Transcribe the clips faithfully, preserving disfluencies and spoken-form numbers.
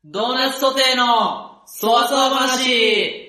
ドーナツソテーのそわそわ話。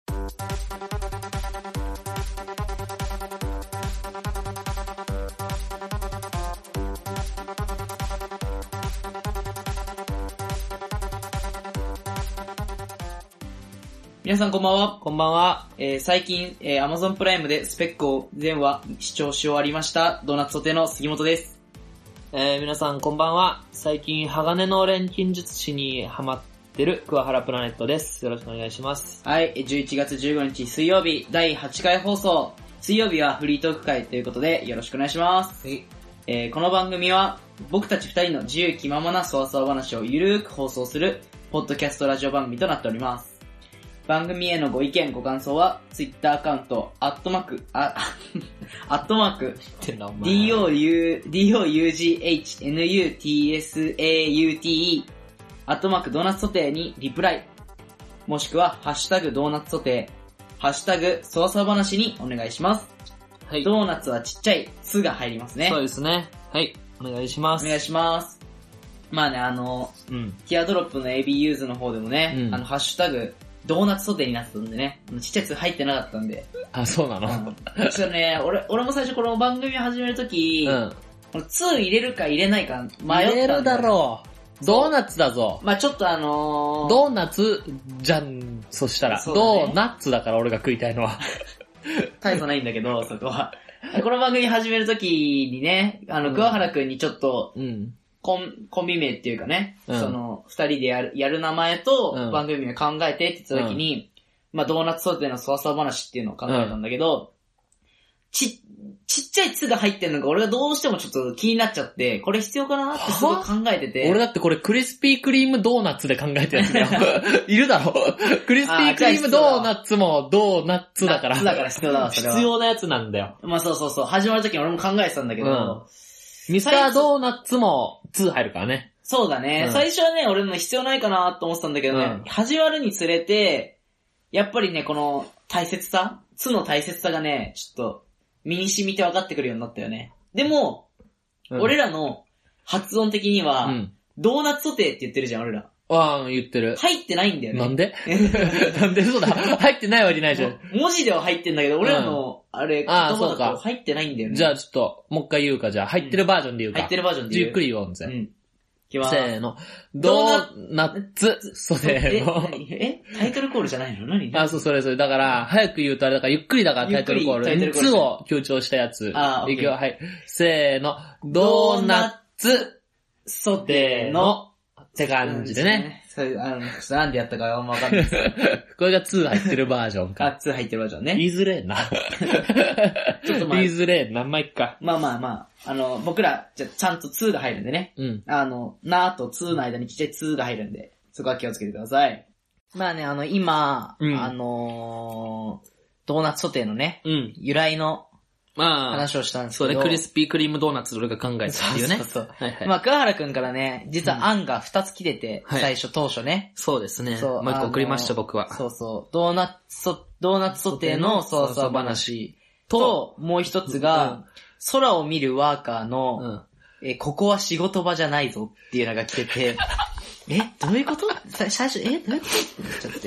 皆さんこんばんは。 こんばんは。 えー、最近、えー、Amazon プライムでスペックを全話視聴し終わりましたドーナツソテーの杉本です。 えー、皆さんこんばんは。最近鋼の錬金術師にハマってる桑原プラネットです。よろしくお願いします。 はい、じゅういちがつじゅうごにち水曜日だいはちかい放送。水曜日はフリートーク会ということでよろしくお願いします。はい。えー、この番組は僕たちふたりの自由気ままなそわそわ話をゆるーく放送するポッドキャストラジオ番組となっております。番組へのご意見ご感想はツイッターアカウントアットマークあアットマーク ディーオーユージーエイチエヌユーティーエスエーユーティーイー アットマークドーナツソテーにリプライ、もしくはハッシュタグドーナツソテー、ハッシュタグそわそわ話にお願いします。はい。ドーナツはちっちゃいつが入りますね。 そうですね。はい。お願いします。 お願いします。まあね、あの、うん、ティアドロップの エービー ユーズの方でもね、うん、あのハッシュタグドーナツソテーになってたんでね。ちっちゃいつ入ってなかったんで。 あ、そうなの、 うん、それね、俺、俺も最初この番組を始めるとき、うん、このツー入れるか入れないか迷ったんだよ。 入れるだろう。ドーナツだぞ。 まあちょっとあのー、 ドーナツじゃん、そしたら。ね、ドーナツだから俺が食いたいのは。 大差ないんだけど、そこは。この番組始めるときにね、あの、桑原くんにちょっと、うん、コン、コンビ名っていうかね、うん、その、二人でやる、やる名前と、番組名考えてって言った時に、うん、まあ、ドーナツソテーのそわそわ話っていうのを考えたんだけど、うん、ち、ちっちゃいつが入ってるのが俺がどうしてもちょっと気になっちゃって、これ必要かなってすごい考えてて。 俺だってこれクリスピークリームドーナツで考えてるやつだよ。いるだろ。クリスピークリームドーナツもドーナツだから。 ナッツだから必要だわ、それは。 必要なやつなんだよ。 まあそうそうそう。始まる時に俺も考えてたんだけど、うんミスタードーナツもツー入るからね。 そうだね、うん。最初はね、俺も必要ないかなと思ってたんだけどね、うん、始まるにつれて、やっぱりね、この大切さツの大切さがね、ちょっと身に染みて分かってくるようになったよね。でも、うん、俺らの発音的には、うん、ドーナツソテーって言ってるじゃん、俺ら。 ああ、言ってる。 入ってないんだよね。 なんでなんでそうだ。入ってないわけないじゃん。 文字では入ってんだけど、俺らの、あれ、言葉だと入ってないんだよね。 じゃあちょっと、もう一回言うか、じゃあ、入ってるバージョンで言うか。 入ってるバージョンで言う。 ゆっくり言おうぜ。うん。 せーの。ドーナツソテーの。 えタイトルコールじゃないの何あ、そう、それそれ。だから、早く言うとあれだから、ゆっくりだからタイトルコール。みっつを強調したやつ。 あ、 いくよ、はい。せーの。ドーナツソテーの。って感じでね。 そう、あの、なんでやったかあんまわかんないですけど。 これがツー入ってるバージョンか。 あ、ツー入ってるバージョンね。 言いづれえな。ちょっとまあ。言いづれえな、まあ、いっか。 まあまあまあ、あの、僕ら、じゃちゃんとツーが入るんでね。うん。あの、なーとツーの間にちっちゃいツーが入るんで、そこは気をつけてください。まあね、あの、今、うん、あのー、ドーナツソテーのね、うん、由来の、まあ、話をしたんですけど。 そうね、クリスピークリームドーナツ俺が考えたっていうね。 そうそうそう。はいはい、まあ、桑原くんからね、実は案がふたつ来てて、うん、最初当初ね。 そうですね。そう。もう一個送りました、僕は。 そうそう。ドーナツソ、ドーナツソテーのそわそわ話と、もう一つが、うん、空を見るワーカーの、うん、え、ここは仕事場じゃないぞっていうのが来てて、え、どういうこと最初、え、どういうことってなっちゃって。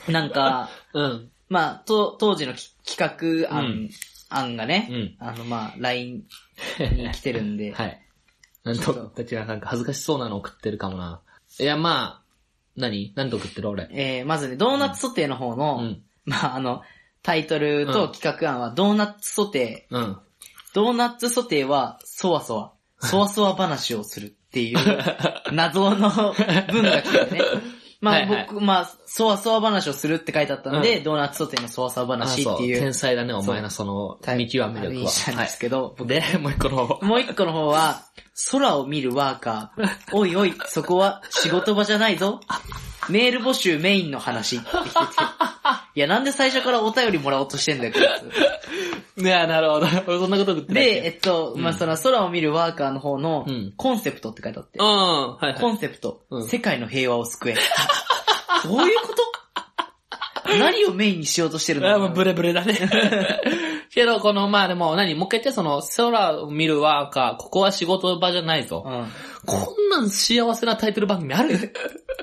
なんか、うん。まあ、と、当時の企画案、うん案がね、うん、あの、まあ、ライン に来てるんで。 はい。なんと、たちがなんか恥ずかしそうなの送ってるかもな。いや、まあ、何何と送ってる俺。 えー、まずね、ドーナツソテーの方の、うん、まあ、あの、タイトルと企画案は、ドーナツソテー。うん。ドーナツソテーは、そわそわ、そわそわ話をするっていう、謎の文が来てね。まあ、はいはい、僕、まあ、そわそわ話をするって書いてあったんで、うん、ドーナツソテーのそわそわ話っていう。 天才だね、お前のその、見極め力は。 いいんですけど、 はい、で、もう一個の方。 もう一個の方は、空を見るワーカー。おいおい、そこは仕事場じゃないぞ。メール募集メインの話って言ってて。いや、なんで最初からお便りもらおうとしてんだよ、こいつ。いや、なるほど。そんなこと言ってで、えっと、うん、まあ、その空を見るワーカーの方の、コンセプトって書いてあって。 うん、はいはい、 コンセプト、うん、世界の平和を救え。どういうこと何をメインにしようとしてるの？ あ、もうブレブレだね。けど、この、まあでも、何もう一回言って、その、空を見るワーカー、ここは仕事場じゃないぞ。うん、こんなん幸せなタイトル番組ある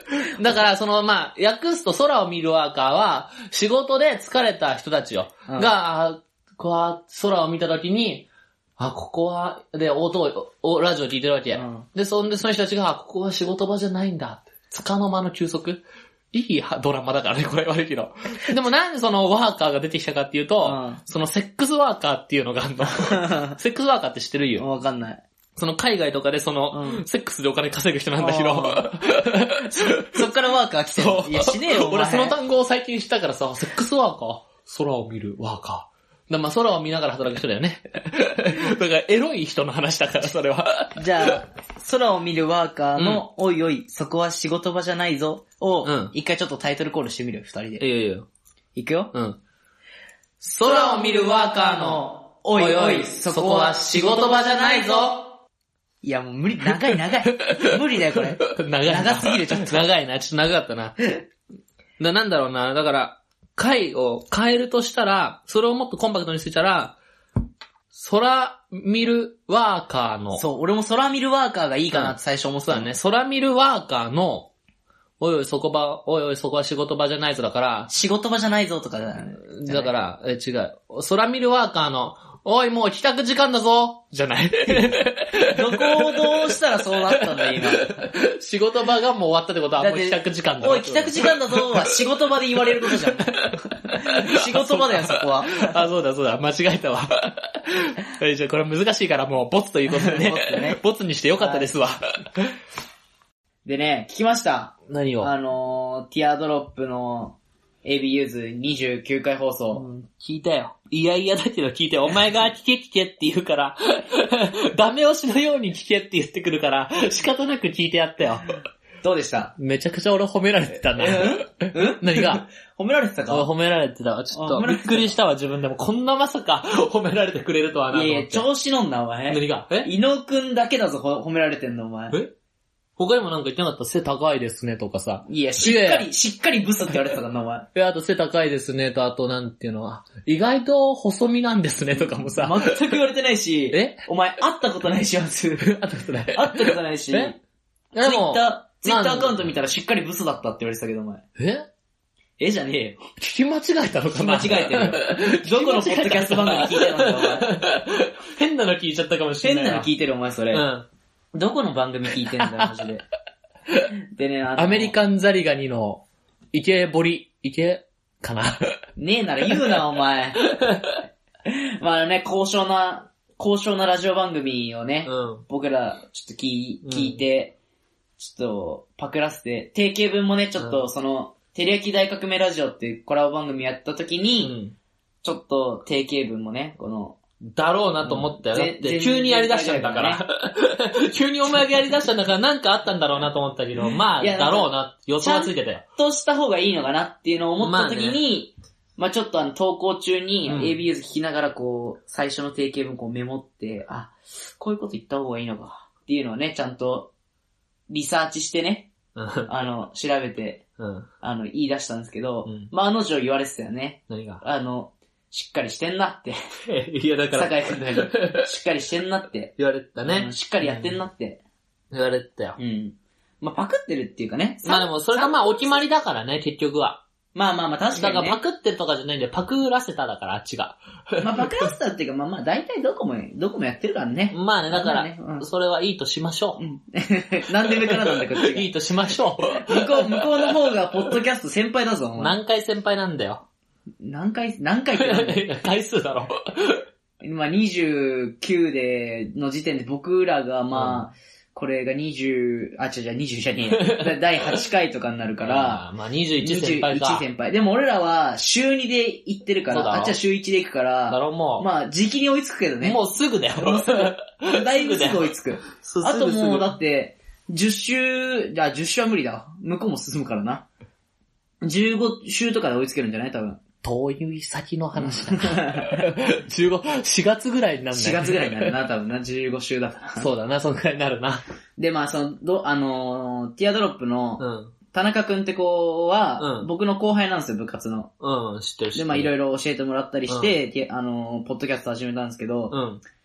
だから、その、まあ、訳すと空を見るワーカーは、仕事で疲れた人たちよ。うん、が、あこう空を見たときに、あ、ここは、で、音を、ラジオ聞いてるわけ。うん、で、そんで、その人たちが、ここは仕事場じゃないんだ。つかの間の休息。いいドラマだからね、これ悪いけど。でもなんでそのワーカーが出てきたかっていうと、うん、そのセックスワーカーっていうのがあるの。セックスワーカーって知ってるよ。 わかんない。 その海外とかでその、うん、セックスでお金稼ぐ人なんだけど。 そ, そっからワーカー来てる。いや、しねえよ、お前。 俺その単語を最近知ったからさ、セックスワーカー空を見るワーカー。だまあ空を見ながら働く人だよね。だからエロい人の話だから、それは。 じゃあ、空を見るワーカーの、うん、おいおい、そこは仕事場じゃないぞを、うん、一回ちょっとタイトルコールしてみるよ、二人で。 いやいやいや。 いくよ。 うん。空を見るワーカーの、おいおい、そこは仕事場じゃないぞ。 いやもう無理、長い長い。無理だよこれ。 長い。 長すぎるちょっと。 長いな、ちょっと長かったな。だなんだろうな、だから、回を変えるとしたら、それをもっとコンパクトにしてたら、空見るワーカーの。 そう、俺も空見るワーカーがいいかなって最初思ってた、 うん、そうだね。空見るワーカーの、おいおいそこ場、おいおいそこは仕事場じゃないぞだから、 仕事場じゃないぞとかだね。 だから、え、違う。空見るワーカーの、おいもう帰宅時間だぞじゃない。 どこをどうしたらそうなったんだ今。 仕事場がもう終わったってことはもう帰宅時間だぞ。 おい帰宅時間だぞは仕事場で言われることじゃん。仕事場だよそこは。 あ、そうだそうだ、間違えたわ。じゃあこれ難しいからもうボツということでね。ボツね。ボツにしてよかったですわ。 でね、聞きました。 何を？ あのー、ティアドロップのエービー ユーズにじゅうきゅうかい放送、 うん。聞いたよ。いやいやだけど聞いて、お前が聞け聞けって言うから、ダメ押しのように聞けって言ってくるから、仕方なく聞いてやったよ。 どうでした？ めちゃくちゃ俺褒められてたな。 うん？ 何が？ 褒められてたか？ 褒められてたわ。ちょっとびっくりしたわ自分でも。こんなまさか褒められてくれるとはな。 いやいや、調子乗んなお前。 何が？え？ 伊野くんだけだぞ褒められてんのお前。 え？他にもなんか言ってなかった背高いですねとかさ。 いや、しっかり、しっかりブスって言われてたからな、お前。 え、あと背高いですねと、あとなんていうのは、意外と細身なんですねとかもさ。 全く言われてないし、 えお前会ったことないし、まず。 会ったことない。 会ったことないし、 えツイッター、ツイッターアカウント見たらしっかりブスだったって言われてたけど、お前。 ええじゃねえよ。 聞き間違えたのかな？ 聞き間違えてるよ。どこのポッドキャスト番組聞いてるんだ、お前。 変なの聞いちゃったかもしれない。 変なの聞いてる、お前、それ。うん。どこの番組聞いてんだよ、マジで。でね、あのアメリカンザリガニの、イケボリ、イケかな。 ねえなら言うな、お前。まあね、高尚な、高尚なラジオ番組をね、うん、僕らちょっと聞, 聞いて、うん、ちょっとパクらせて、定型文もね、ちょっとその、テレヤキ大革命ラジオっていうコラボ番組やった時に、うん、ちょっと定型文もね、この、 だろうなと思ったよ。だって急にやり出しちゃったから。急にお前がやり出したんだからなんかあったんだろうなと思ったけど、まあ、だろうな、予想はついてたよ。 ちゃんとした方がいいのかなっていうのを思った時に、まあ、ね、まあちょっとあの投稿中に エービー ユーズ聞きながらこう、最初の定型文こうメモって、あ、こういうこと言った方がいいのかっていうのをね、ちゃんとリサーチしてね、あの、調べて、うん、あの、言い出したんですけど、うん、まああの女言われてたよね。 何が？ あの、しっかりしてんなって。 いやだから。 酒井くんだよ。しっかりしてんなって。 言われてたね。 しっかりやってんなって。 うん、言われてたよ。 うん。まあ、パクってるっていうかね。 まあでもそれがまあお決まりだからね、結局は。 まあまあまあ確かに、ね。 だからパクってるとかじゃないんだよ。パクらせただから、あっちが。 まあパクらせたっていうか、まあまあ大体どこも、どこもやってるからね。 まあね、だから、ねうん、それはいいとしましょう。うん、 何で目からなんだこっちが。 いいとしましょう。向こう、向こうの方がポッドキャスト先輩だぞ、お前。 何回先輩なんだよ。 何回、何回ってなんだよ。 回数だろ。 まあにじゅうきゅうで、の時点で僕らがまあ、うん、これがにじゅう、あ、違う違う、にじゅうじゃねえよ。だいはちかいとかになるから、 まあにじゅういち先輩か。 にじゅういち先輩。でも俺らは週にで行ってるから、あっちは週いちで行くから、 だろもう。 まあ時期に追いつくけどね。 もうすぐだよ。 もうすぐ。だいぶすぐ追いつく。あともうだって、じゅっ週、じゃあじゅっ週は無理だわ。向こうも進むからな。じゅうご週とかで追いつけるんじゃない多分。 遠い先の話だな。じゅうご、しがつぐらいになるんだよ。 しがつぐらいになるな、多分な。じゅうご週だったら。 そうだな、そのくらいになるな。 で、まあ、その、ど、あのー、ティアドロップの、うん、田中くんって子は、うん、僕の後輩なんですよ、部活の。 うん、知ってる知ってる。 で、まあ、いろいろ教えてもらったりして、うん、あのー、ポッドキャスト始めたんですけど、うん、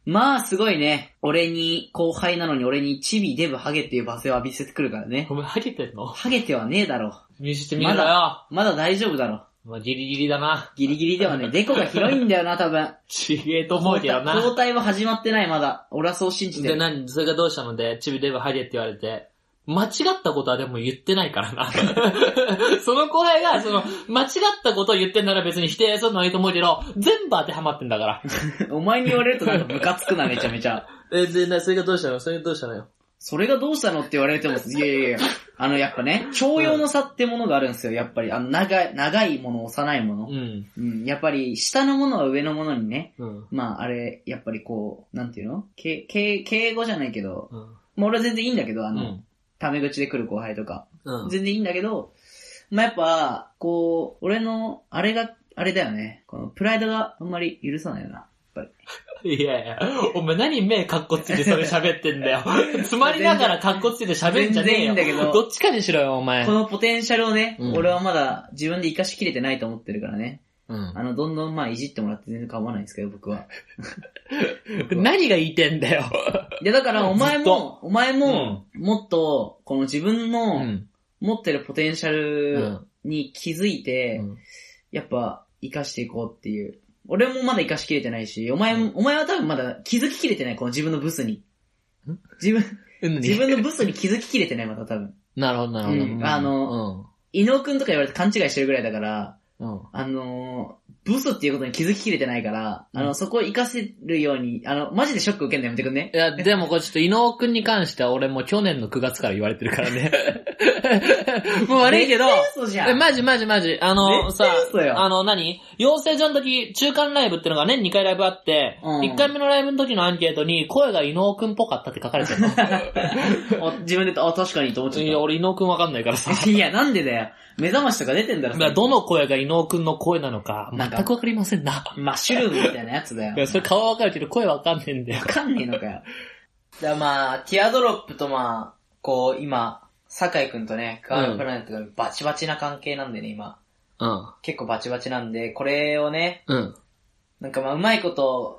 まあ、すごいね。俺に、後輩なのに俺にチビ、デブ、ハゲっていう罵声を浴びせてくるからね。 お前ハゲてんの？ ハゲてはねえだろ。 見せてみろよ。 まだ、まだ大丈夫だろ。 まあ、ギリギリだな。 ギリギリではね、デコが広いんだよな、多分。 ちげえと思うけどな。 交代は始まってない、まだ。俺はそう信じてる。 で、何それがどうしたので、チビデブハゲって言われて。間違ったことはでも言ってないからな。その後輩が、その、間違ったことを言ってんなら別に否定するのはいいと思うけど、全部当てはまってんだから。 お前に言われるとなんかムカつくな、めちゃめちゃ。 え、で、な、それがどうしたの？それがどうしたのよ。 それがどうしたのって言われても、いやいやいや、あの、やっぱね、徴用の差ってものがあるんですよ、やっぱり。あの、長い、長いもの、幼いもの。 うん。 うん。やっぱり、下のものは上のものにね、 うん。 まあ、あれ、やっぱりこう、なんていうの？敬、敬、敬語じゃないけど、 うん。 もう俺は全然いいんだけど、あの、 うんタメ口で来る後輩とか。 うん。 全然いいんだけど、まあ、やっぱ、こう、俺の、あれが、あれだよね。この、プライドがあんまり許さないよな。やっぱり。 いやいや、お前何目カッコついてそれ喋ってんだよ。つまりながらカッコついて喋んじゃねえよ。 全然いいんだけど。 どっちかにしろよ、お前。 このポテンシャルをね、 うん、 俺はまだ自分で活かしきれてないと思ってるからね。 うん。 あの、どんどんまあいじってもらって全然構わないんですけど、僕は。 何が言いてんだよ。 いやだからお前も、お前も、もっと、この自分の持ってるポテンシャルに気づいて、うん、やっぱ活かしていこうっていう。俺もまだ活かしきれてないし、お前も、うん、お前は多分まだ気づききれてない、この自分のブスに。自分、自分のブスに気づききれてない、まだ多分。 なるほど、なるほど。 うん、あの、うん、伊野尾くんとか言われて勘違いしてるぐらいだから、うん、あのー、ブスっていうことに気づききれてないから、うん、あの、そこを活かせるように、あの、マジでショック受けんのやめてくんね。 いや、でもこれちょっと伊野尾くんに関しては俺も去年のくがつから言われてるからね。もう悪いけど、 嘘じゃん。 え、マジマジマジ。あの、さ、 あの何養成所の時、中間ライブってのが年にかいライブあって、うん、いっかいめのライブの時のアンケートに、声が伊野尾くんっぽかったって書かれてるの。 自分で、あ、確かにと思っちゃった。 いや、俺伊野尾くんわかんないからさ。 いや、なんでだよ。目覚ましとか出てんだろ。 だからどの声が伊野尾くんの声なのか、全くわかりませんな。 マッシュルームみたいなやつだよ。 いや、それ顔はわかるけど声わかんねえんだよ。 わかんねえのかよ。じゃあまあ、ティアドロップとまあ、こう、今、酒井くんとね、ガールプラネットがバチバチな関係なんでね、今。 うん。 結構バチバチなんで、これをね、 うん。 なんかまあ、うまいこと、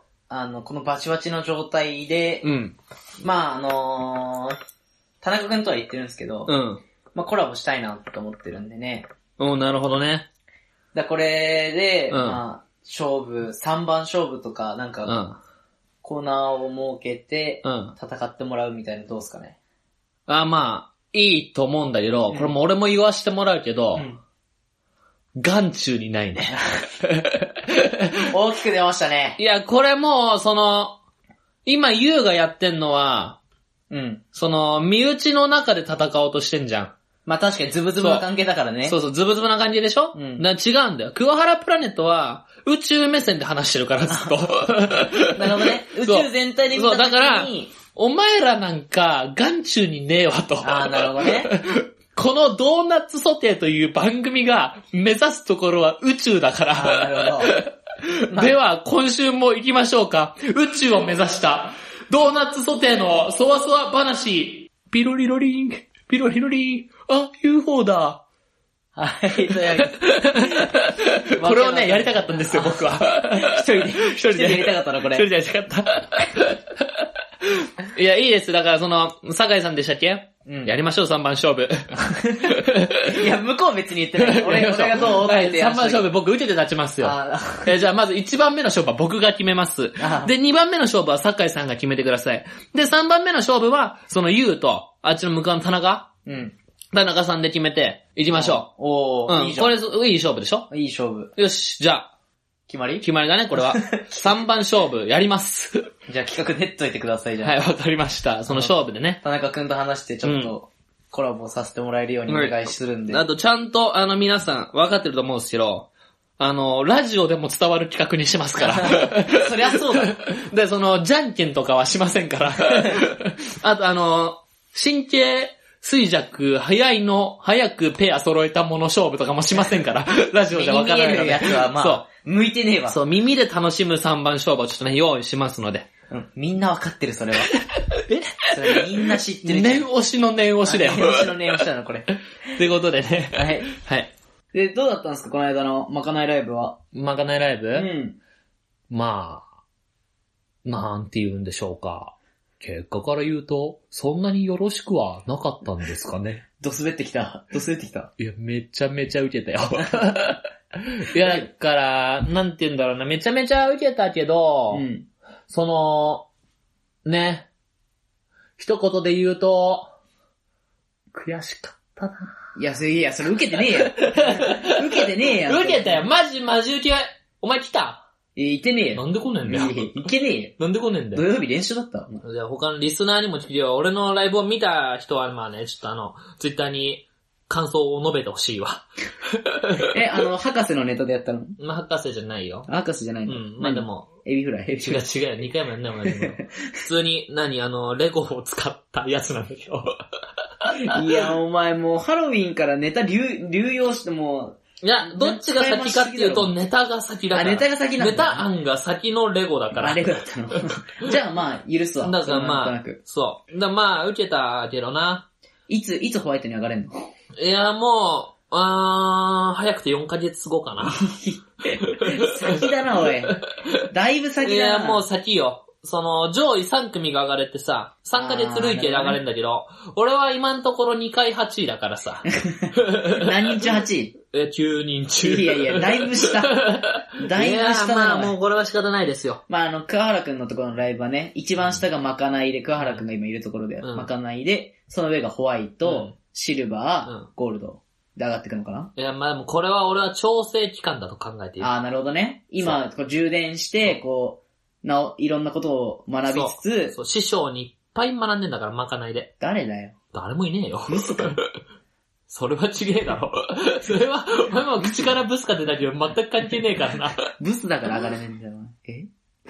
あの、このバチバチの状態で、 うん。 まあ、あのー、田中くんとは言ってるんですけど、 うん。 まあ、コラボしたいなと思ってるんでね。 おー、なるほどね。 だこれで、 うん、 まあ、勝負、さんばん勝負とか、なんか、うん、コーナーを設けて、うん、戦ってもらうみたいなのどうすかね。 あ、まあ、いいと思うんだけど、うん、これも俺も言わしてもらうけど、うん、眼中にないね。 大きく出ましたね。 いや、これもう、その、今、ユウがやってんのは、 うん。 その、身内の中で戦おうとしてんじゃん。 まあ確かにズブズブな関係だからね。 そうそう、ズブズブな感じでしょ、うん、だから違うんだよ。桑原プラネットは、宇宙目線で話してるからずっと。 なるほどね。宇宙全体で見たときに。そう、 だから、お前らなんか、眼中にねえわと。 ああ、なるほどね。 このドーナツソテーという番組が目指すところは宇宙だから。 ああ、なるほど。 まあ、では、今週も行きましょうか。宇宙を目指した、ドーナツソテーのそわそわ話。ピロリロリン、ピロリロリン。あ、ユーフォー だ。 はい、というわけで。これをね、やりたかったんですよ、僕は。 一人で。一人でやりたかったな、これ。 一人でやりたかった。いや、いいです。だから、その、酒井さんでしたっけ、うん、やりましょう、さんばん勝負。 いや、向こう別に言ってない。俺, 俺がどうって言ってさんばん勝負、僕受けて立ちますよ。えじゃあ、まずいちばんめの勝負は僕が決めます。で、にばんめの勝負は酒井さんが決めてください。で、さんばんめの勝負は、その、ユウと、あっちの向かうの田中。 うん。 田中さんで決めて、行きましょう。おー、うん、いいじゃん。これ、いい勝負でしょ？ いい勝負。 よし、じゃあ。 決まり？ 決まりだね、これは。さんばん勝負、やります。 じゃあ企画練っといてください、じゃあ。 はい、わかりました。その勝負でね。 田中くんと話して、ちょっと、コラボさせてもらえるようにお願いするんで。 うん、あと、ちゃんと、あの、皆さん、わかってると思うんですけど、あの、ラジオでも伝わる企画にしますから。 そりゃそうだ。 で、その、じゃんけんとかはしませんから。あと、あの、神経、衰弱、早いの、早くペア揃えたもの勝負とかもしませんから。ラジオじゃわからないので。 耳見えるやつはまあ、そう。向いてねえわ。 そう、耳で楽しむさんばん勝負をちょっとね、用意しますので。 うん。みんなわかってる、それは。えそれみんな知ってる。 念押しの念押しだよ。 念押しの念押しなの、これ。 ということでね。 はい。 はい。 で、どうだったんですか、この間のまかないライブは。 まかないライブ？ うん。 まあ、 なんて言うんでしょうか。結果から言うと、そんなによろしくはなかったんですかね。 ドスベってきた。ドスベってきた。 いや、めちゃめちゃ受けたよ。いや、だから、なんて言うんだろうな、めちゃめちゃ受けたけど、うん、その、ね、一言で言うと、悔しかったな。 いや、それいや、それ受けてねえよ。受けてねえやん。 受けたよ。マジマジ受け。お前来た？ え、いてねえよ。 なんで来ねえんだよ。 いけねえよ。 なんで来ねえんだよ。 土曜日練習だった？ じゃあ他のリスナーにも聞くよ。俺のライブを見た人はまあね、ちょっとあの、ツイッターに感想を述べてほしいわ。 え、あの、博士のネタでやったの？ まあ、博士じゃないよ。 博士じゃないの？ うん、まあでも。 エビフライ。 違う違うよ。にかいもやんないもんね。普通に、何あの、レゴを使ったやつなんだけど。 いや、お前もうハロウィンからネタ流、流用してもいや、どっちが先かっていうと、ネタが先だから。 あ、ネタが先なんだ。 ネタ案が先のレゴだから。 あ、レゴだったの。じゃあまあ、許すわ。 だからまあ、そう。だからまあ、受けたけどな。 いつ、いつホワイトに上がれんの？ いや、もう、あー、早くてよんかげつごかな。 先だな、おい。だいぶ先だな。 いや、もう先よ。その、上位さん組が上がれてさ、さんかげつ累計で上がれるんだけど、俺は今のところにかいはちいだからさ。 何人中はちい？ え、きゅうにん中。 いやいや、だいぶ下。だいぶ下だな。 まあもうこれは仕方ないですよ。 まああの、桑原くんのところのライブはね、一番下がまかないで、桑原くんが今いるところで、うん、まかないで、その上がホワイト、うん、シルバー、うん、ゴールド。で上がってくのかな？ いや、まあでもこれは俺は調整期間だと考えている。 ああ、なるほどね。今、こう充電して、こう、なお、いろんなことを学びつつ、 そう、そう師匠にいっぱい学んでんだから、まかないで。 誰だよ。 誰もいねえよ。ブスか。それは違えだろ。それは、お前も口からブスかってだけど全く関係ねえからな。 ブスだから上がれねえんだよな。え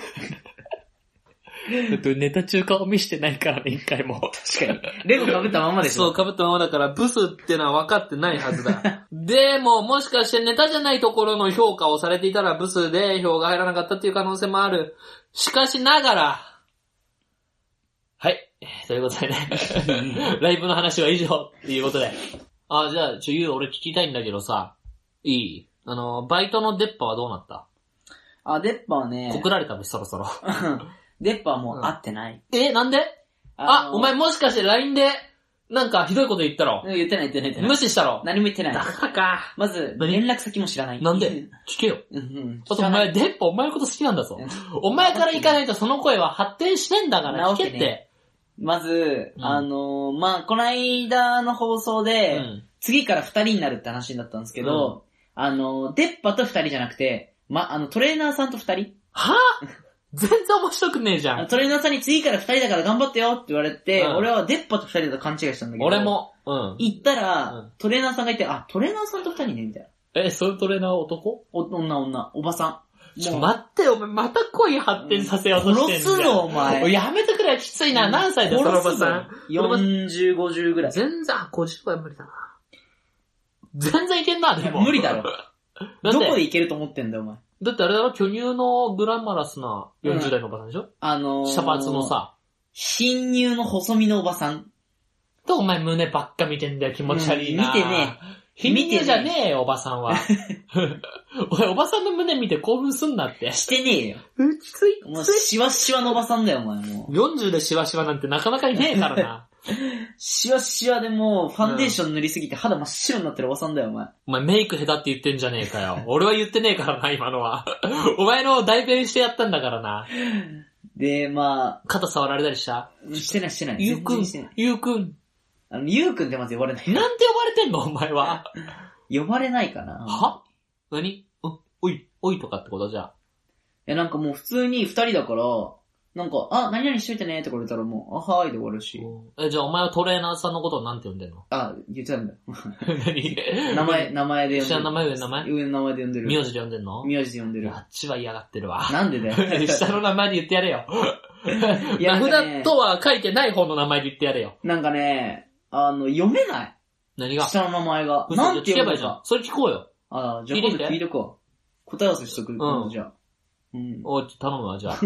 だってネタ中顔見してないからね、一回も。 確かに。レゴ被ったままでしょ。 そう、被ったままだから、ブスってのは分かってないはずだ。でも、もしかしてネタじゃないところの評価をされていたら、ブスで票が入らなかったっていう可能性もある。しかしながら、はい。ということでね。ライブの話は以上っていうことで。あ、じゃあ、ちょ、ゆう、俺聞きたいんだけどさ、いい？あの、バイトの出っ歯はどうなった？ あ、出っ歯はね。 告られたべ、そろそろ。 出っ歯はもう会ってない。 うん、え、なんで？あ, あ、お前もしかして ライン で、なんかひどいこと言ったろ？ 言ってない言ってない言ってない。 無視したろ？ 何も言ってない。 だからか。 まず、連絡先も知らない。 なんで？聞けよ。うんうん。あとお前、出っ歯お前のこと好きなんだぞ。お前から行かないとその声は発展してんだから聞けって。 まず、うん、あのー、まあ、この間の放送で、うん、次から二人になるって話になったんですけど、うん、あのー、出っ歯と二人じゃなくて、ま、あの、トレーナーさんと二人はぁ全然面白くねえじゃん。 トレーナーさんに次から二人だから頑張ってよって言われて、うん、俺は出っ歯と二人だと勘違いしたんだけど。 俺も。うん。 行ったら、うん、トレーナーさんがいて、あ、トレーナーさんと二人ね、みたいな。え、そういうトレーナーは男？ お、女、女、おばさん。 ちょ、待ってよ、お前、また恋発展させようとしてんじゃん。 殺すの、お前。 やめてくれ、きついな。何歳だよ、そのおばさん。 よんじゅう、ごじゅうぐらい。 全然、あ、ごじゅうは無理だな。全然いけんな、でも。 無理だろ。どこでいけると思ってんだよ、お前。 だってあれだろ、巨乳のグラマラスなよんじゅう代のおばさんでしょ、うん、 あのー、 シャパツのさ。 貧乳の細身のおばさん。 とお前胸ばっか見てんだよ、気持ち悪いな、 うん、見てねえ。 貧乳じゃねえよ、おばさんは。おい、おばさんの胸見て興奮すんなって。 してねえよ。 うきつい。 もう、シワシワのおばさんだよ、お前もう。よんじゅうでシワシワなんてなかなかいねえからな。 シワシワでもう、ファンデーション塗りすぎて肌真っ白になってるおばさんだよ、お前。 お前メイク下手って言ってんじゃねえかよ。俺は言ってねえからな、今のは。お前の代弁してやったんだからな。 で、まあ。 肩触られたりした？ してないしてない。 ゆうくん、ゆうくん。 あの、ゆうくんってまず呼ばれない。 なんて呼ばれてんの、お前は。 呼ばれないかな。 は？何？うん、おい、おいとかってことじゃ。 いや、なんかもう普通に二人だから、なんか、あ、何々しといてねって言われたらもう、あ、はーいで終わるし。 え、じゃあお前はトレーナーさんのことをなんて呼んでんの？ あ、言ってたんだよ。 何？ 名前、名前で呼んでる。 下の名前上の名前？ 上の名前で呼んでる。 名字で呼んでんの？ 名字で呼んでる。 あっちは嫌がってるわ。 なんでだよ。 下の名前で言ってやれよ。名札とは書いてない方の名前で言ってやれよ。 なんかね、あの、読めない。 何が？ 下の名前が。 なんて読むか。それ聞こうよ。 ああ、じゃあ今度聞いとこう。答え合わせしとく。うん。じゃあ。 うん。おい、頼むわ、じゃあ。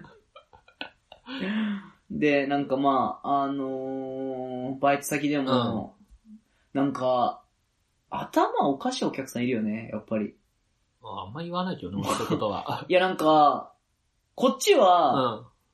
で、なんかまあ、あのー、バイト先でも、うん、なんか、頭おかしいお客さんいるよね、やっぱり。 あ, あんま言わないけどね、そういうことは。 いやなんか、こっちは、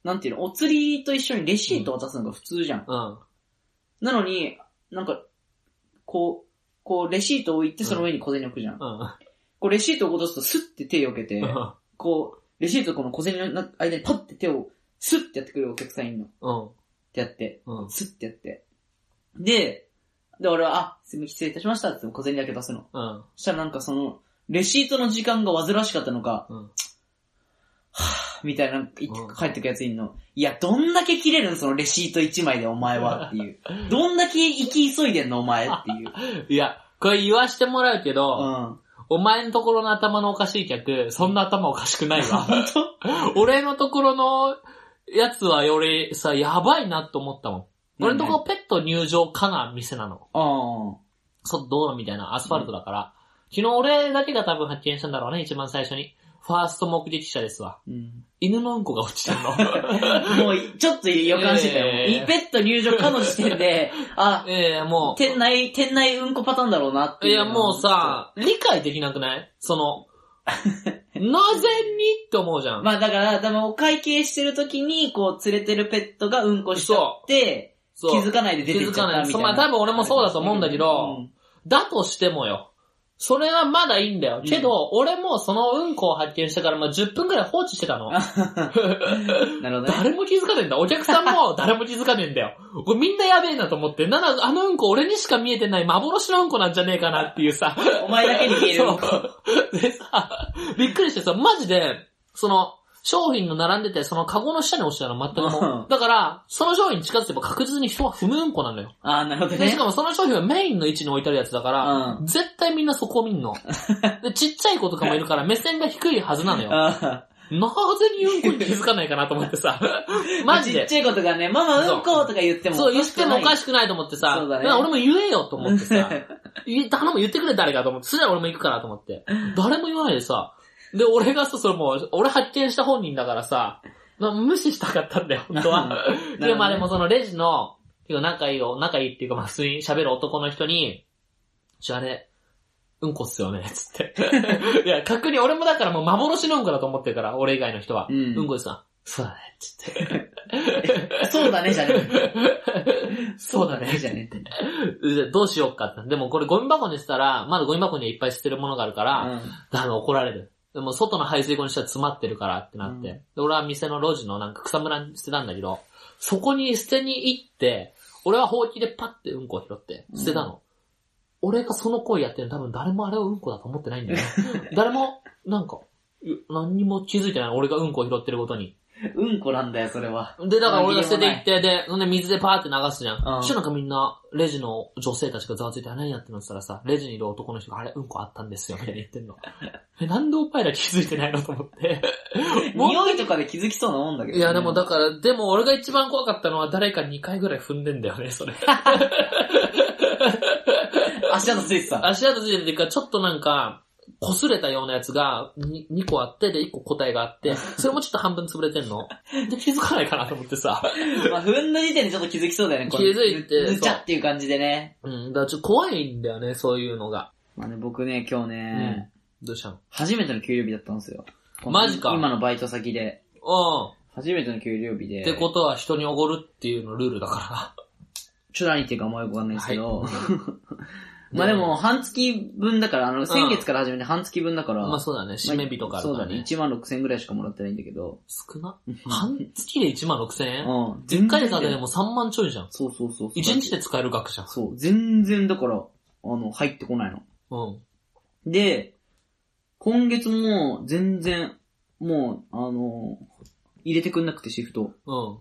なんていうの、お釣りと一緒にレシートを渡すのが普通じゃん。 うん。 なのに、なんか、こう、こう、レシートを置いてその上に小銭置くじゃん。うん。こう、レシートを落とすとスッて手を避けて、うん、こう、レシートとこの小銭の間にパッて手をスッてやってくるお客さんいるの。うん。ってやって、うん。スッてやって。で、で、俺は、あ、失礼いたしましたって小銭だけ出すの。うん。そしたらなんかその、レシートの時間が煩わしかったのか、うん、はぁ、みたいな、帰ってくやついんの。いや、どんだけ切れるんそのレシートいちまいでお前はっていう。どんだけ行き急いでんのお前っていう。 いや、これ言わしてもらうけど、うん、お前のところの頭のおかしい客、そんな頭おかしくないわ。本当？俺のところのやつは俺さ、やばいなと思ったもん。俺のところペット入場かな店なの。ああ。そう、道路みたいなアスファルトだから、うん、昨日俺だけが多分発見したんだろうね、一番最初に。ファースト目撃者ですわ。うん、犬のうんこが落ちてるの。 もう、ちょっと予感してたよ。えー、ペット入場かの時点で、あ、 えー、もう、 店内、店内うんこパターンだろうなっていう。 いや、もうさ、理解できなくないその、なぜにって思うじゃん。 まあだから、多分お会計してる時に、こう、連れてるペットがうんこしちゃって、気づかないで出てっちゃったみたいな。気づかない。 まあ多分俺もそうだと思うんだけど、うん、だとしてもよ。それはまだいいんだよ。けど、うん、俺もそのうんこを発見してからまあじゅっぷんくらい放置してたの。なるほどね。誰も気づかねえんだ。お客さんも誰も気づかねえんだよ。これみんなやべえなと思って。なら、あのうんこ俺にしか見えてない幻のうんこなんじゃねえかなっていうさ。 お前だけに見えるうんこ。 でさ、びっくりしてさ、マジで、その、商品の並んでて、そのカゴの下に落ちたの全くもう。だから、その商品に近づけば確実に人は踏むうんこなんだよ。 ああ、なるほどね。 で、しかもその商品はメインの位置に置いてあるやつだから、うん、絶対みんなそこを見んの。で、ちっちゃい子とかもいるから目線が低いはずなのよ。なぜにうんこに気づかないかなと思ってさ。マジで。 ちっちゃい子とかね、ママうんことか言ってもそう、言ってもおかしくないと思ってさ。そうだね。俺も言えよと思ってさ。頼む言ってくれ誰かと思って。それは俺も行くからと思って。誰も言わないでさ。で、俺がさ、それもう、俺発見した本人だからさ、無視したかったんだよ、本当は。で、まあでもそのレジの、仲いいよ、仲いいっていうか、まあ普通に喋る男の人に、じゃあれ、うんこっすよね、つって。いや、確認、俺もだからもう幻のうんこだと思ってるから、俺以外の人は。うん、うんこでさ、そうだね、つって。 そうだね、じゃねえ。そうだね、じゃねえ。どうしようかって。でもこれゴミ箱にしたら、まだゴミ箱にはいっぱい捨てるものがあるから、うん、あの、怒られる。でも外の排水溝にしたら詰まってるからってなって、うん、で俺は店の路地のなんか草むらに捨てたんだけど、そこに捨てに行って、俺はほうきでパッてうんこを拾って捨てたの。うん、俺がその行為やってるの多分誰もあれをうんこだと思ってないんだよね。誰も、なんか、何にも気づいてない俺がうんこを拾ってることに。 うんこなんだよ、それは。 で、だから俺が捨てていって、で、そんで水でパーって流すじゃん。うん、そしたらなんかみんな、レジの女性たちがざわついて、何やってんのって言ったらさ、レジにいる男の人が、あれ、うんこあったんですよ、みたいに言ってんの。え、なんでおっぱいら気づいてないのと思って。 匂いとかで気づきそうなもんだけど、 ね。いや、でもだから、でも俺が一番怖かったのは誰かにかいぐらい踏んでんだよね、それ。 足跡ついてた。 足跡ついてるっていうか、ちょっとなんか、擦れたようなやつが 2, にこあって、でいっこ答えがあって、それもちょっと半分潰れてんの。で、気づかないかなと思ってさ。 まあ、踏んだ時点でちょっと気づきそうだよね。 気づいて。 ぬちゃっていう感じでね。 うん、だからちょっと怖いんだよね、そういうのが。 まあね、僕ね、今日ね、 うん、どうしたの？ 初めての給料日だったんですよ。 マジか。 今のバイト先で。 うん。 初めての給料日で。 ってことは人におごるっていうのルールだから。 ちょっと何言っていうかあんまよくわかんないですけど。はいまあでも、半月分だから、あの、先月から始めて半月分だから。 まあそうだね、締め日とかあるからね。 そうだね、いちまんろくせんぐらいしかもらってないんだけど。 少な半月でいちまんろくせんえんうん。いっかげつでもさんまんちょいじゃん。 そうそうそう。 いちにちで使える額じゃん。 そう、全然だから、あの、入ってこないの。うん。で、今月も全然、もう、あの、入れてくんなくてシフト。うん。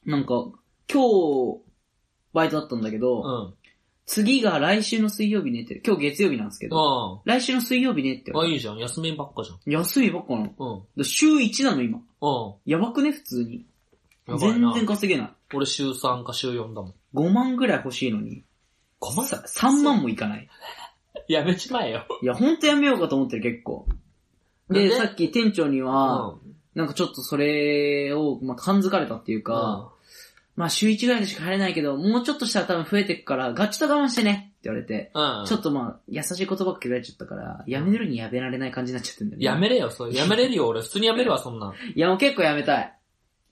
なんか、今日、バイトだったんだけど、うん。次が来週の水曜日ねって、今日月曜日なんですけど、来週の水曜日ねって。 あ、いいじゃん。休みばっかじゃん。 休みばっかなの。うん。週いちなの今。うん。やばくね普通に。全然稼げない。 俺週さんか週よんだもん。 ごまんぐらい欲しいのに。 ごまん ?さん 万もいかない。 やめちまえよ。 いや、ほんとやめようかと思ってる結構。で、さっき店長には、うん、なんかちょっとそれを、まあ、感づかれたっていうか、うんまあ週いちぐらいでしか入れないけど、もうちょっとしたら多分増えていくから、ガッチと我慢してねって言われて、うん、ちょっとまあ、優しい言葉かけられちゃったから、やめるにやめられない感じになっちゃってんだよね。 やめれよ、それ。やめれるよ、俺。普通にやめるわ、そんな。 いやもう結構やめたい。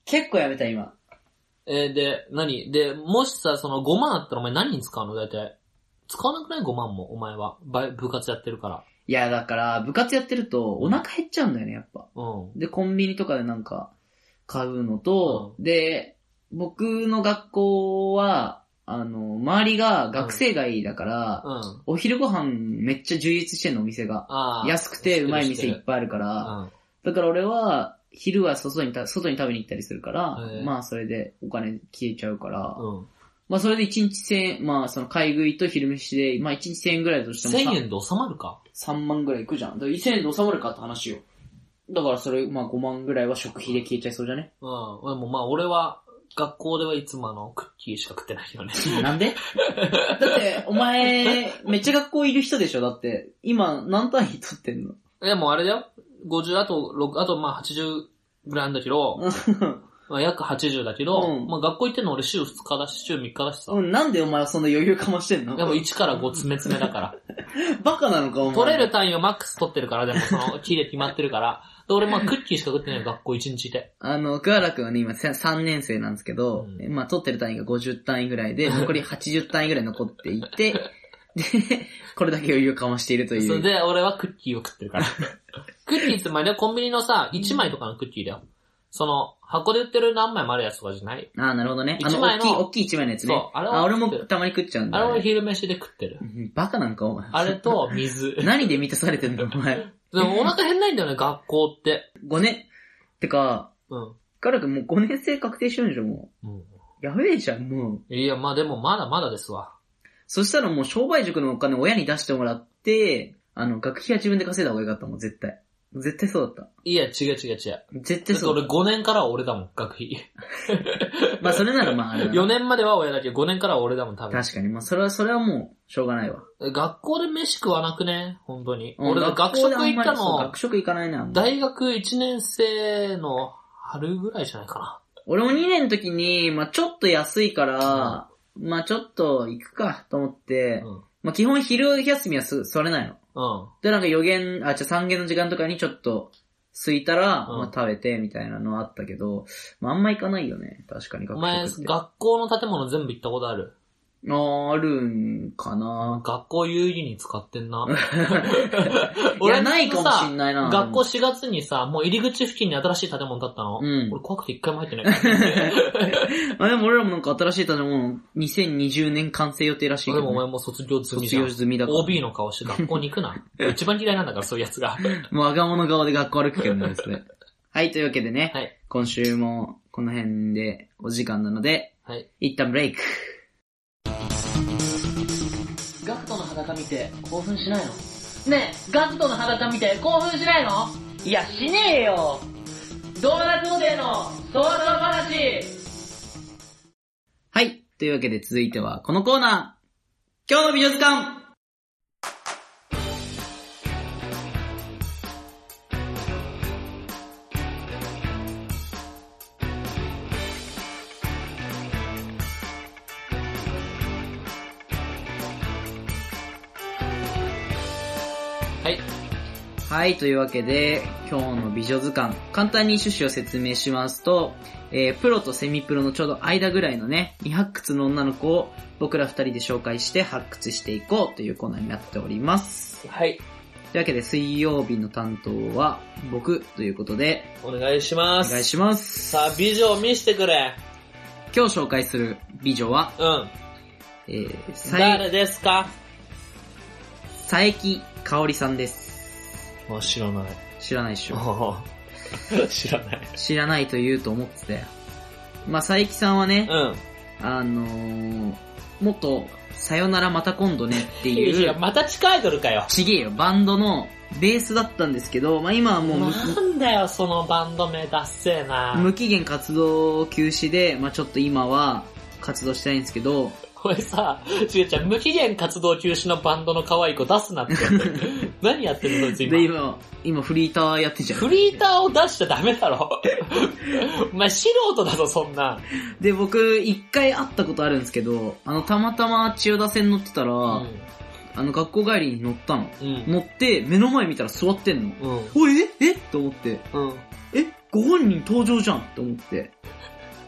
結構やめた今。 えー、で、何で、もしさ、そのごまんあったらお前何に使うのだいたい。使わなくない ?ご 万も、お前は。部活やってるから。 いや、だから、部活やってると、お腹減っちゃうんだよね、やっぱ。 うん。 で、コンビニとかでなんか、買うのと、うん、で、僕の学校は、あの、周りが学生街だから、うんうん、お昼ご飯めっちゃ充実してんの、お店が。安くてうまい店いっぱいあるから、うん、だから俺は、昼は外にた、外に食べに行ったりするから、まあそれでお金消えちゃうから、うん、まあそれでいちにちせんえん、まあその買い食いと昼飯で、まあいちにちせんえんぐらいだとしても。 せんえんで収まるか ? さんまんぐらいいくじゃん。だからせんえんで収まるかって話よ。だからそれ、まあごまんぐらいは食費で消えちゃいそうじゃね。 うん。でもまあ俺は、学校ではいつもあの、クッキーしか食ってないよね。 なんでだって、お前、めっちゃ学校いる人でしょだって、今何単位取ってんの？ いやもうあれだよ。ごじゅう、あとろく、あとまあはちじゅうぐらいあるんだけど、まあ約はちじゅうだけど、うん、まあ学校行ってんの俺週ふつかだし、週みっかだしさ。 うん、なんでお前はそんな余裕かましてんの？ でもいちからご詰め詰めだから。 バカなのかお前。 取れる単位をマックス取ってるから、でもその、キーで決まってるから。で、俺まあクッキーしか食ってない学校いちにちで。 あの、桑原くんはね、今さんねん生なんですけど、うん、まあ取ってる単位がごじゅう単位ぐらいで、残りはちじゅう単位ぐらい残っていて、で、これだけ余裕かましているという。 それで、俺はクッキーを食ってるから。クッキーって前でコンビニのさ、いちまいとかのクッキーだよ。その、箱で売ってる何枚もあるやつとかじゃない？ ああ、なるほどね。あの、大きい、大きいいちまいのやつね。そう。あれあ、俺もたまに食っちゃうんだ、ね。 あれ俺昼飯で食ってる。 バカなんかお前。 あれと水。 何で満たされてんのお前。 でもお腹減んないんだよね、学校って。 ごねん。てか、うん。カラ君もうごねん生確定してるんでしょ、もう。うん。やべえじゃん、もう。いや、まあでもまだまだですわ。 そしたらもう商売塾のお金親に出してもらって、あの、学費は自分で稼いだ方がよかったもん、絶対。絶対そうだった。 いや、違う違う違う。 絶対そうだ。 俺ごねんからは俺だもん、学費。 まあそれならまああれだな。 よねんまでは親だけどごねんからは俺だもん、多分。 確かに。まあそれは、それはもう、しょうがないわ。 学校で飯食わなくね本当に。うん、俺学食行ったの、 学食行かないな。 大学いちねん生の春ぐらいじゃないかな。 俺もにねんの時に、まあちょっと安いから、うん、まあちょっと行くかと思って、うん、まあ基本昼休みはす、それないの。うん。で、なんか予言、あ、じゃさん限の時間とかにちょっと、空いたら、うん、まあ食べて、みたいなのあったけど、まああんま行かないよね。確かに学校。 お前、学校の建物全部行ったことある？ あー、あるんかな。 学校有意義に使ってんな。 俺ないかもしんないな。 学校しがつにさ、もう入り口付近に新しい建物建ったの。うん。俺怖くて一回も入ってないから、 あ、でも俺らもなんか新しい建物、にせんにじゅうねん完成予定らしいけど、ね。 でもお前もう卒業済みじゃん。 卒業済みだから。 オービー の顔して学校に行くな。一番嫌いなんだから、そういうやつが。 もう我が物顔で学校歩くけどね、ですね。はい、というわけでね。はい。今週もこの辺でお時間なので、はい。一旦ブレイク。ガクトの裸見て興奮しないの？ねえ、ガクトの裸見て興奮しないの？いや、しねえよ。ドーナツホテルのそわそわ話。はい、というわけで続いてはこのコーナー。今日の美女図鑑。はい、というわけで、今日の美女図鑑、簡単に趣旨を説明しますと、えー、プロとセミプロのちょうど間ぐらいのね、未発掘の女の子を僕ら二人で紹介して発掘していこうというコーナーになっております。 はい。 というわけで、水曜日の担当は僕ということで、 お願いします。 お願いします。 さあ、美女を見せてくれ。 今日紹介する美女は、うん。 えー、誰ですか？ 佐伯香織さんです。 あ、知らない。 知らないっしょ。 知らない。 知らないと言うと思ってたよ。まあ、佐伯さんはね、うん。あのー、元、さよならまた今度ねっていう。 いや、また地下アイドルかよ。 ちげえよ、バンドのベースだったんですけど、まあ今はもう、 なんだよ、そのバンド名だっせーな。 無期限活動休止で、まあちょっと今は活動したいんですけど、 これさ、違う違う、無期限活動休止のバンドの可愛い子出すなって。何やってるのそいつ今。 で、今、今フリーターやってんじゃん。 フリーターを出しちゃダメだろ。お前素人だぞ、そんな。 で、僕、一回会ったことあるんですけど、あの、たまたま千代田線乗ってたら、うん、あの、学校帰りに乗ったの。うん、乗って、目の前見たら座ってんの。うん、おい、ええと思って。うん、えご本人登場じゃんって思って。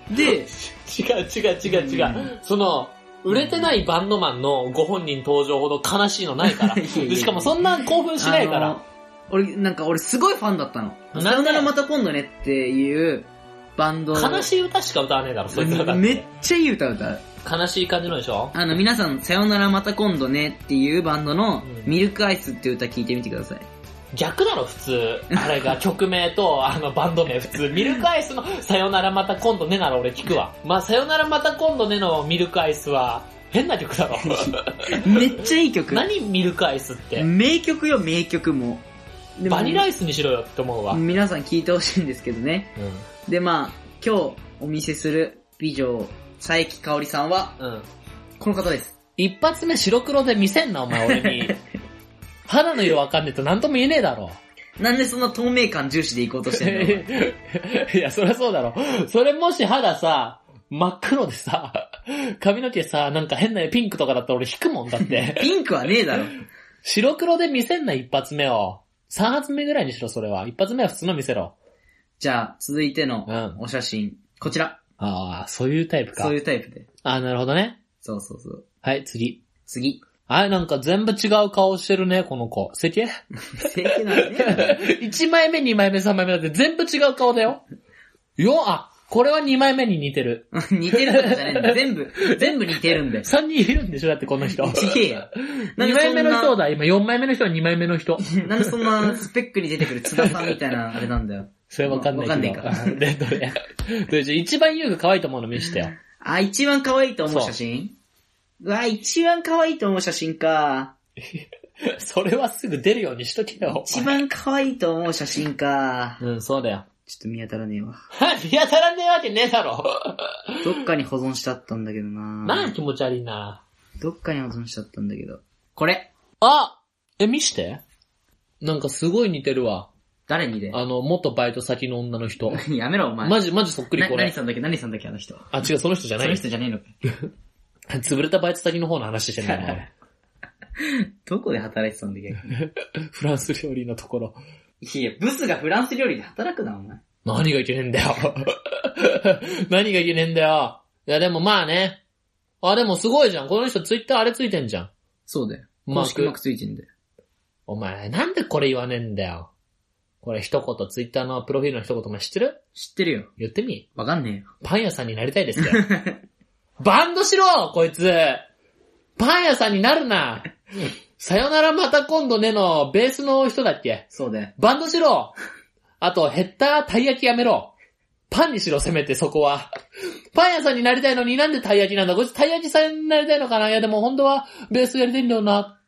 で、 違う違う違う違う。うん、その、売れてないバンドマンのご本人登場ほど悲しいのないから。でしかもそんな興奮しないから。 俺、なんか俺すごいファンだったの。さよならまた今度ねっていうバンド。 悲しい歌しか歌わねえだろ、そいつら。 めっちゃいい歌歌う。 悲しい感じのでしょ？ あの、皆さん、さよならまた今度ねっていうバンドのミルクアイスっていう歌聞いてみてください。 逆だろ、普通。あれが曲名と、あの、バンド名、普通。ミルクアイスのさよならまた今度ねなら俺聞くわ。まあ、さよならまた今度ねのミルクアイスは、変な曲だろ。 めっちゃいい曲。 何ミルクアイスって。 名曲よ、名曲も。 でもバニラアイスにしろよって思うわ。 皆さん聞いてほしいんですけどね。うん、で、まあ、今日お見せする美女、佐伯香織さんは、うん、この方です。 一発目白黒で見せんな、お前俺に。肌の色わかんねえと何とも言えねえだろ。 なんでそんな透明感重視でいこうとしてんのいや、そりゃそうだろ。それもし肌さ、真っ黒でさ、髪の毛さ、なんか変なピンクとかだったら俺引くもんだって。 ピンクはねえだろ。 白黒で見せんな、一発目を。三発目ぐらいにしろ、それは。一発目は普通の見せろ。 じゃあ、続いてのお写真、うん、こちら。 ああ、そういうタイプか。 そういうタイプで。 ああ、なるほどね。 そうそうそう。 はい、次。 次。 はい、なんか全部違う顔してるね、この子。整形整形なんね。 いちまいめ、にまいめ、さんまいめだって全部違う顔だよ。よ、あ、これはにまいめに似てる。 似てるとかじゃないんだ。全部、全部似てるんだよ。 さんにんいるんでしょだってこの人。 ちげえよ。 にまいめの人だ。今よんまいめの人はにまいめの人。 なんでそんなスペックに出てくる津田さんみたいなあれなんだよ。 それわかんないけど。 わかんないから。 で、どれどれ一番優が可愛いと思うの見してよ。 あ、一番可愛いと思う写真？うわ、一番可愛いと思う写真か。 それはすぐ出るようにしとけよ。 一番可愛いと思う写真か。 うん、そうだよ。 ちょっと見当たらねえわ。 見当たらねえわけねえだろ。 どっかに保存しちゃったんだけどな。 なあ気持ち悪いな。 どっかに保存しちゃったんだけど。これ。 あえ、見して。なんかすごい似てるわ。 誰にであの、元バイト先の女の人。 やめろお前。 マジ、マジそっくりこれ。 何さんだっけ何さんだっけあの人。 あ、違う、その人じゃない。 その人じゃねえのか。 潰れたバイト先の方の話してんだよ、俺。 どこで働いてたんだっけフランス料理のところ。 いや、ブスがフランス料理で働くな、お前。 何がいけねえんだよ。何がいけねえんだよ。いや、でもまあね。あ、でもすごいじゃん。この人ツイッターあれついてんじゃん。 そうだよ。公式マークついてんだよ。 お前、なんでこれ言わねえんだよ。これ一言、ツイッターのプロフィールの一言も知ってる？ 知ってるよ。 言ってみ。 わかんねえよ。 パン屋さんになりたいですよ。バンドしろこいつ。パン屋さんになるな。さよならまた今度ねのベースの人だっけ？ そうだよ。 バンドしろ。あと、ヘッダーたい焼きやめろ。パンにしろ、せめてそこは。パン屋さんになりたいのになんでたい焼きなんだこいつたい焼きさんになりたいのかないやでも本当はベースやりたいんだよなって。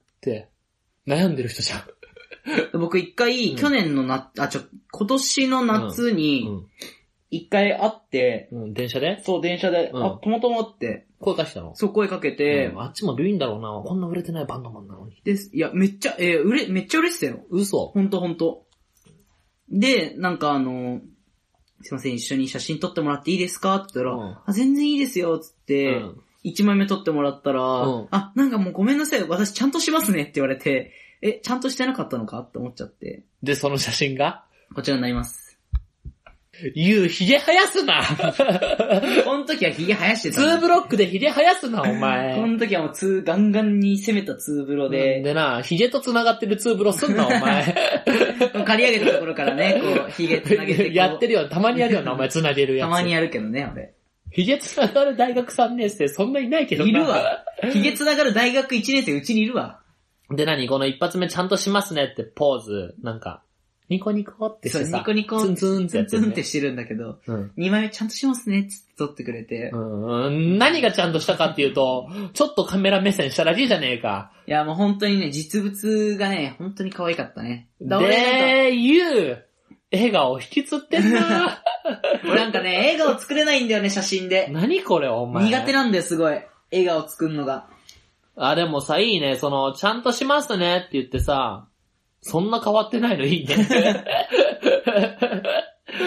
悩んでる人じゃん。 僕一回、うん、去年のな、あ、ちょ、今年の夏に、一回会って、 うんうん、電車でそう、電車で、うん、あ、たまたま会って、 声かしたのそう、声かけて、 うん、あっちもルインだろうな。こんな売れてないバンドマンなのに。 です。いや、めっちゃ、えー、売れ、めっちゃ嬉しさよ。 嘘。 ほんとほんと。で、なんかあの、すいません、一緒に写真撮ってもらっていいですかって言ったら、うん、あ、全然いいですよ、つって、うん、一枚目撮ってもらったら、うん、あ、なんかもうごめんなさい、私ちゃんとしますねって言われて、え、ちゃんとしてなかったのかって思っちゃって。 で、その写真がこちらになります。 言う、髭生やすなこの時は髭生やしてた。 ツーブロックで髭生やすな、お前。 この時はもうツー、ガンガンに攻めたツーブロで。 でな、髭と繋がってるツーブロすんな、お前。 刈り上げたところからね、こう、髭繋げて。 やってるよ、たまにやるよな、お前繋げるやつ。 たまにやるけどね、俺。 髭繋がる大学さんねん生、そんないないけどな。 いるわ。髭繋がる大学いちねん生、うちにいるわ。 で、何この一発目ちゃんとしますねってポーズ、なんか、ニコニコってしてさ、 ニコニコ、 ツンツンってやって、ね、 ツンツンってしてるんだけど、うん、にまいめちゃんとしますねって撮ってくれて、 うん、何がちゃんとしたかっていうと、ちょっとカメラ目線しただけじゃねえか。 いやもう本当にね、実物がね、本当に可愛かったね。 で、言う、笑顔引きつってんな俺なんかね、笑顔作れないんだよね、写真で。 何これお前。 苦手なんだよ、すごい。笑顔作るのが。 あ、でもさ、いいね。その、ちゃんとしますねって言ってさ、そんな変わってないのいいね。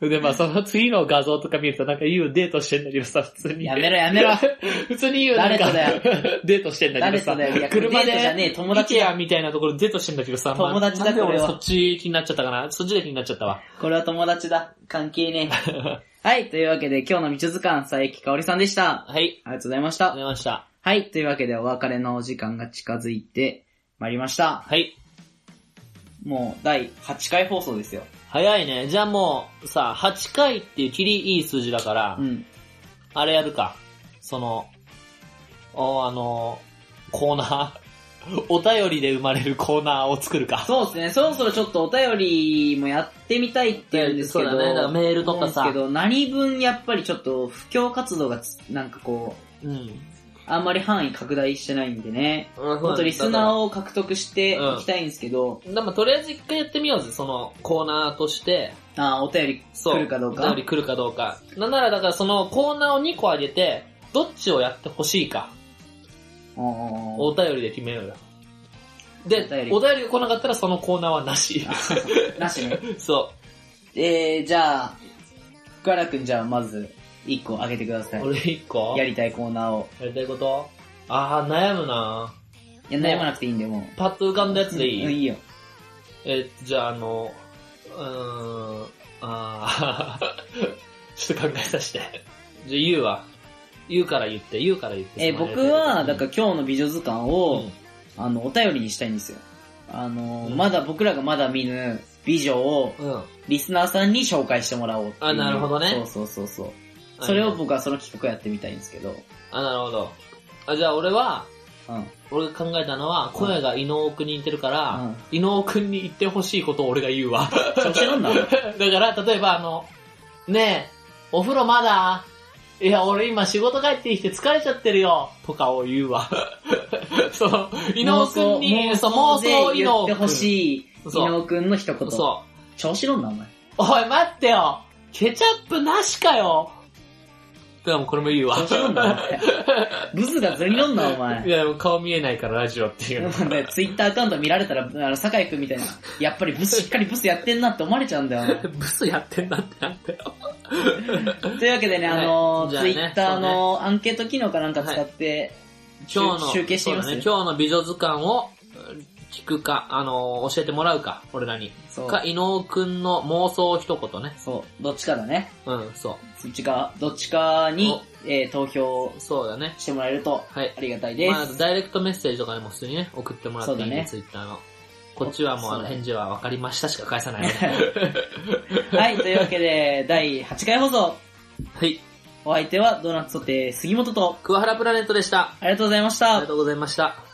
で、まあその次の画像とか見るとなんかユウデートしてんだけどさ、普通に。 やめろやめろ。 普通にユウなんか誰とだデートしてんだけどさ。 誰とだよ。いや車デートじゃねえで、 友達だイケアみたいなところでデートしてんだけどさ、 友達だまあなんで俺これはそっち気になっちゃったかな。そっちで気になっちゃったわ。 これは友達だ。関係ねえ。はい、というわけで今日のみちょ図鑑、佐伯かおりさんでした。 はい。 ありがとうございましありがとうた。 ございました。 はい、というわけでお別れのお時間が近づいてまいりました。 はい。 もうだいはちかい放送ですよ。 早いね。じゃあもう、さ、はちかいっていうキリいい数字だから、 うん。 あれやるか。その、おあの、コーナー。お便りで生まれるコーナーを作るか。 そうですね、そろそろちょっとお便りもやってみたいって言うんですけど、 そうだね、だからメールとかさ。 思うんですけど、何分やっぱりちょっと布教活動がつなんかこう、 うん。 あんまり範囲拡大してないんでね、 うんもっとリスナーを獲得していきたいんですけど、 でもとりあえず一回やってみようぜ、そのコーナーとして。 あーお便り来るかどうか。 お便り来るかどうか。なんならだからそのコーナーをにこあげて、どっちをやってほしいか。 おお便りで決めようよ。で、 お便りお便りが来なかったらそのコーナーはなし。 なしね。 そえー、じゃあ、福原くんじゃあまずいっこあげてくださう。 い。 俺いっこやりたいコーナーを。 やりたいことあー、悩むないや、悩まなくていいんで、もう。 パッと浮かんだやつでいい、 うん、いいよ。 えー、じゃああの、うーん、あー、ちょっと考えさせて。じゃあ言うわ。言うから言って、言うから言って。 えー、僕は、だから今日の美女図鑑を、うんあの、お便りにしたいんですよ。あの、うん、まだ僕らがまだ見ぬ美女を、リスナーさんに紹介してもらおうっていう。 あ、なるほどね。 そうそうそうそう。それを僕はその企画やってみたいんですけど。 あ、なるほど。あ、じゃあ俺は、 うん、 俺が考えたのは、声が伊野尾くんに似てるから、うん、伊野尾くんに言ってほしいことを俺が言うわ。 調子乗んな。だから、例えばあの、ねえ、お風呂まだいや、俺今仕事帰ってきて疲れちゃってるよとかを言うわ。そう、伊野尾くんに、そう、妄想伊野尾くん。 言ってほしい、伊野尾くんの一言。そう。調子乗んな、お前。 おい、待ってよケチャップなしかよでもこれも言うわ。 調子乗んな、お前。ブスがずり乗んな、お前。 いや、でも顔見えないからラジオっていうの。 ツイッターアカウント見られたら、あの、酒井くんみたいな、やっぱりブス、しっかりブスやってんなって思われちゃうんだよ。 ブスやってんなってなんだよ。 というわけでね、あの、 ツツイッターのアンケート機能かなんか使って、 今日の、 集計してみます、 ね、今日の美女図鑑を聞くか、あの、教えてもらうか、俺らに。か、伊野尾くんの妄想一言ね。 そう。どっちかだね。 うん、そう。 そっちか、どっちかに、えー、投票そうだね。 してもらえると、はい。ありがたいです。 まあ、ダイレクトメッセージとかでも普通にね、送ってもらっていいんで、ね、ツイッターの。こっちはもうあの返事は分かりましたしか返さないので。 はい、というわけで、だいはちかい放送。 はい。 お相手はドーナツソテー杉本と桑原プラネットでした。 ありがとうございました。 ありがとうございました。